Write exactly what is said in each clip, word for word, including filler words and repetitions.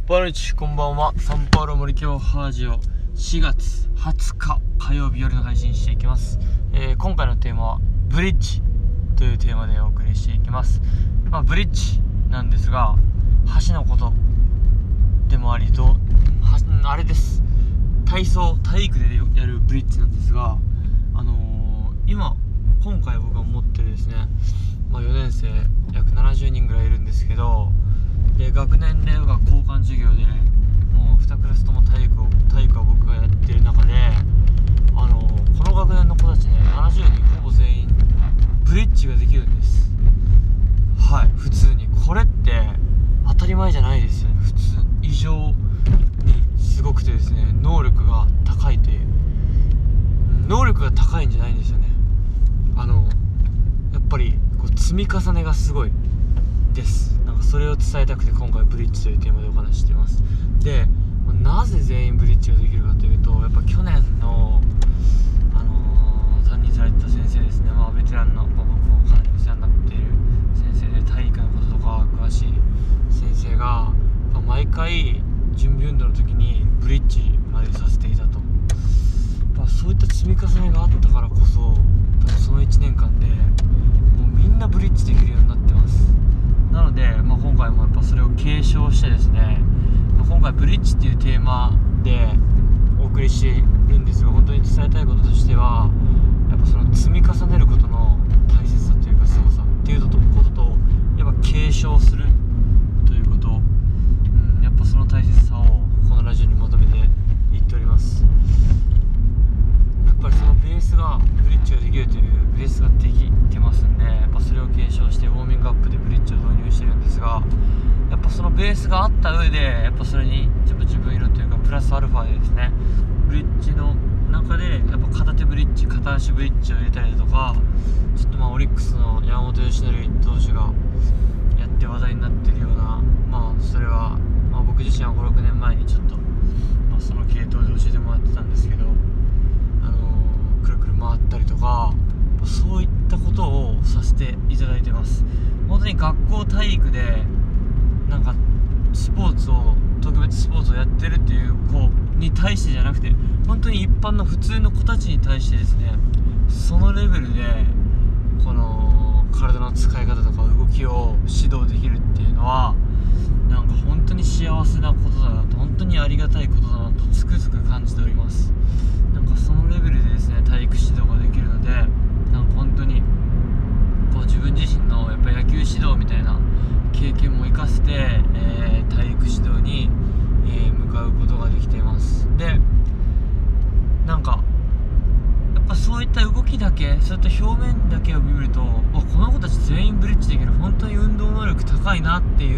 ボナイチ、こんばんは。サンパウロ森京ハージオしがつはつか火曜日夜の配信していきます。えー、今回のテーマはブリッジというテーマでお送りしていきます。まあ、ブリッジなんですが、橋のことでもありとあれです。体操体育でやるブリッジなんですが、あのー、今今回僕が持ってるですね、まあ、よねん生約ななじゅうにんぐらいいるんですけど、で学年齢が交換授業でもうにクラスとも体育を体育は僕がやってる中で、あのー、この学年の子たちね、ななじゅうにんほぼ全員ブリッジができるんです。はい、普通にこれって当たり前じゃないですよね。普通異常にすごくてですね、能力が高いという能力が高いんじゃないんですよね。あのやっぱりこう積み重ねがすごいです。なんかそれを伝えたくて今回ブリッジというテーマでお話ししています。で、なぜ全員ブリッジができるかというと、やっぱ去年のあのー、担任されてた先生ですね。まあベテランの、まあ、僕もかなりお世話になっている先生で、体育のこととか詳しい先生が、まあ、毎回準備運動の時にブリッジまでさせていたと。まあ、そういった積み重ねがあったからこそ、多分そのいちねんかんでもうみんなブリッジできるようになってます。なので、まあ、今回もやっぱそれを継承してですね、まあ、今回ブリッジっていうテーマでお送りしているんですが、本当に伝えたいこととしては、やっぱその積み重ねることの大切さというかすごさっていうことと、やっぱ継承するということ、うん、やっぱその大切さをこのラジオにまとめて言っております。やっぱりそのベースがブリッジができるというベースができてますんで、やっぱそれを継承してウォーミングアップでブリッジを導入してるんですが、やっぱそのベースがあった上で、やっぱそれに自分自分色というかプラスアルファでですね、ブリッジの中でやっぱ片手ブリッジ、片足ブリッジを入れたりだとか、ちょっとまあオリックスの山本由伸投手がやって話題になってるような、まあそれは、まあ、僕自身はごろくねんまえにちょっと、まあ、その系統で教えてもらってたんですけど、あのー、くるくる回ったりとか、そういったことをさせていただいてます。本当に学校体育でなんかスポーツを特別スポーツをやってるっていう子に対してじゃなくて、本当に一般の普通の子たちに対してですね、そのレベルでこの体の使い方とか動きを指導できるっていうのは、なんか本当に幸せなことだなと、本当にありがたいことだなとつくづく感じております。なんかそのレベルでですね、体育指導ができるので、なんか本当にこう自分自身のやっぱ野球指導みたいな経験も生かして、えー、体育指導に、えー、向かうことができています。で、なんかやっぱそういった動きだけ、そういった表面だけを見ると、この子たち全員ブリッジできる、本当に運動能力高いなっていう、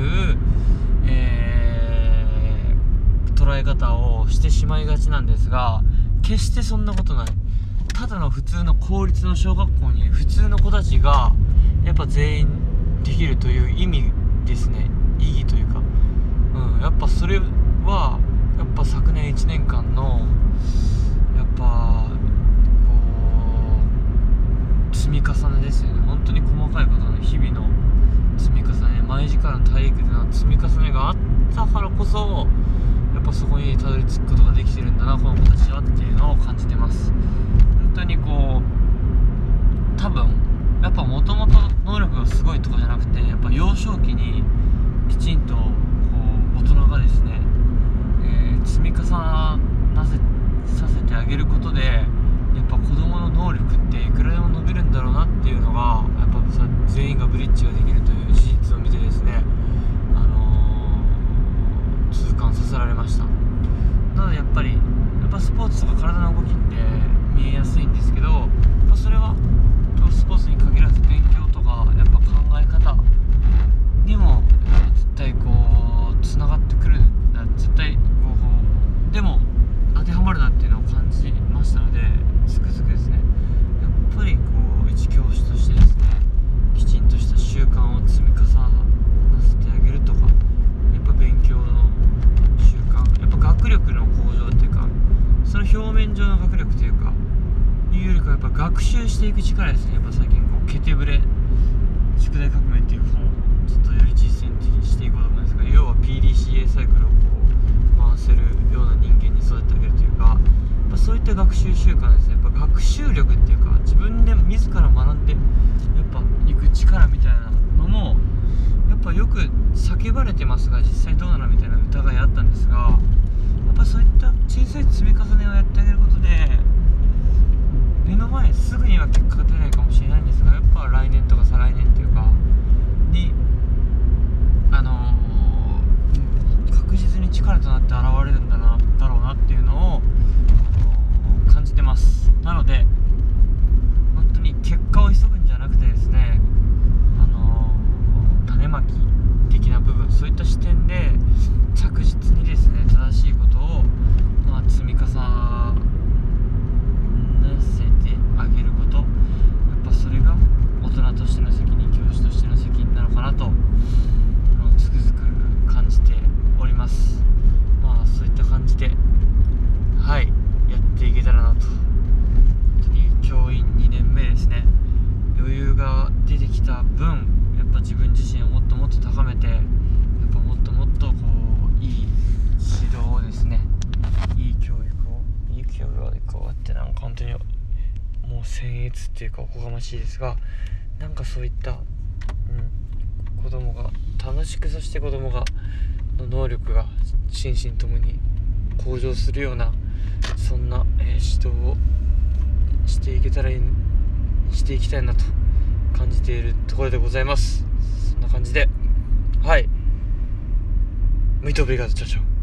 えー、捉え方をしてしまいがちなんですが、決してそんなことない。ただの普通の公立の小学校に普通の子たちがやっぱ全員できるという意味ですね。意義というか、うん、やっぱそれはやっぱ昨年いちねんかんのやっぱこう積み重ねですよね。本当に細かいことの日々の積み重ね、毎時間の体育での積み重ねがあったからこそ、やっぱそこにたどり着くことができてるんだな、この子たちはっていうのを感じてます。本当にこう、多分やっぱもともと能力がすごいとかじゃなくて、やっぱ幼少期にきちんとこう大人がですね、えー、積み重なせさせてあげることで、やっぱ子供の能力っていくらでも伸びるんだろうなっていうのが、やっぱ全員がブリッジができるという事実を見てですね、あのー、痛感させられました。なのでやっぱりやっぱスポーツとか体の動きって見えやすいんですけど、やっぱそれはスポーツに限らず勉強とかやっぱ考え方にも絶対こうつながってくるんだ、絶対こうでも当てはまるなっていうのを感じましたので、つくづくですね、やっぱりこう一教師としてですね、きちんとした習慣を積み重ねさせてあげるとか、やっぱ勉強の習慣、やっぱ学力の向上っていうか、その表面上の学力というかいうよりか、やっぱ学習していく力ですね。やっぱ最近こうケテブレ宿題革命っていう本をちょっとより実践的にしていこうと思うんですが、要は ピーディーシーエー サイクルをこう学習習慣ですね。やっぱ学習力っていうか、自分で自ら学んでやっぱ行く力みたいなのもやっぱよく叫ばれてますが、実際どうなのみたいな疑いあったんですが、やっぱそういった小さい積み重ねをやってあげることで、目の前すぐには結果が出ないかもしれないんですが、やっぱ来年とか再来年っていうかにあのー、確実に力となって現れるんだなだろうなっていうのを、あのー、感じてます。なので本当に結果を急ぐんじゃなくてですね、あのー、種まき的な部分、そういった視点で着実にですね正しいことを、まあ、積み重ねせてあげること、やっぱそれが大人としての責任、教師としての責任なのかなとつくづく感じております。まあそういった感じではいやっていけたらなと。本当に教員にねんめですね、余裕が出てきた分、やっぱ自分自身をもっともっと高めて、やっぱもっともっとこういい指導をですね、いい教育をいい教育をこうやってなんか本当にもう僭越っていうかおこがましいですが、なんかそういった、うん、子供が楽しく、そして子供がの能力が心身ともに向上するような、そんな、えー、指導をしていけたらいいしていきたいなと感じているところでございます。そんな感じではい、muito obrigado, tchau tchau。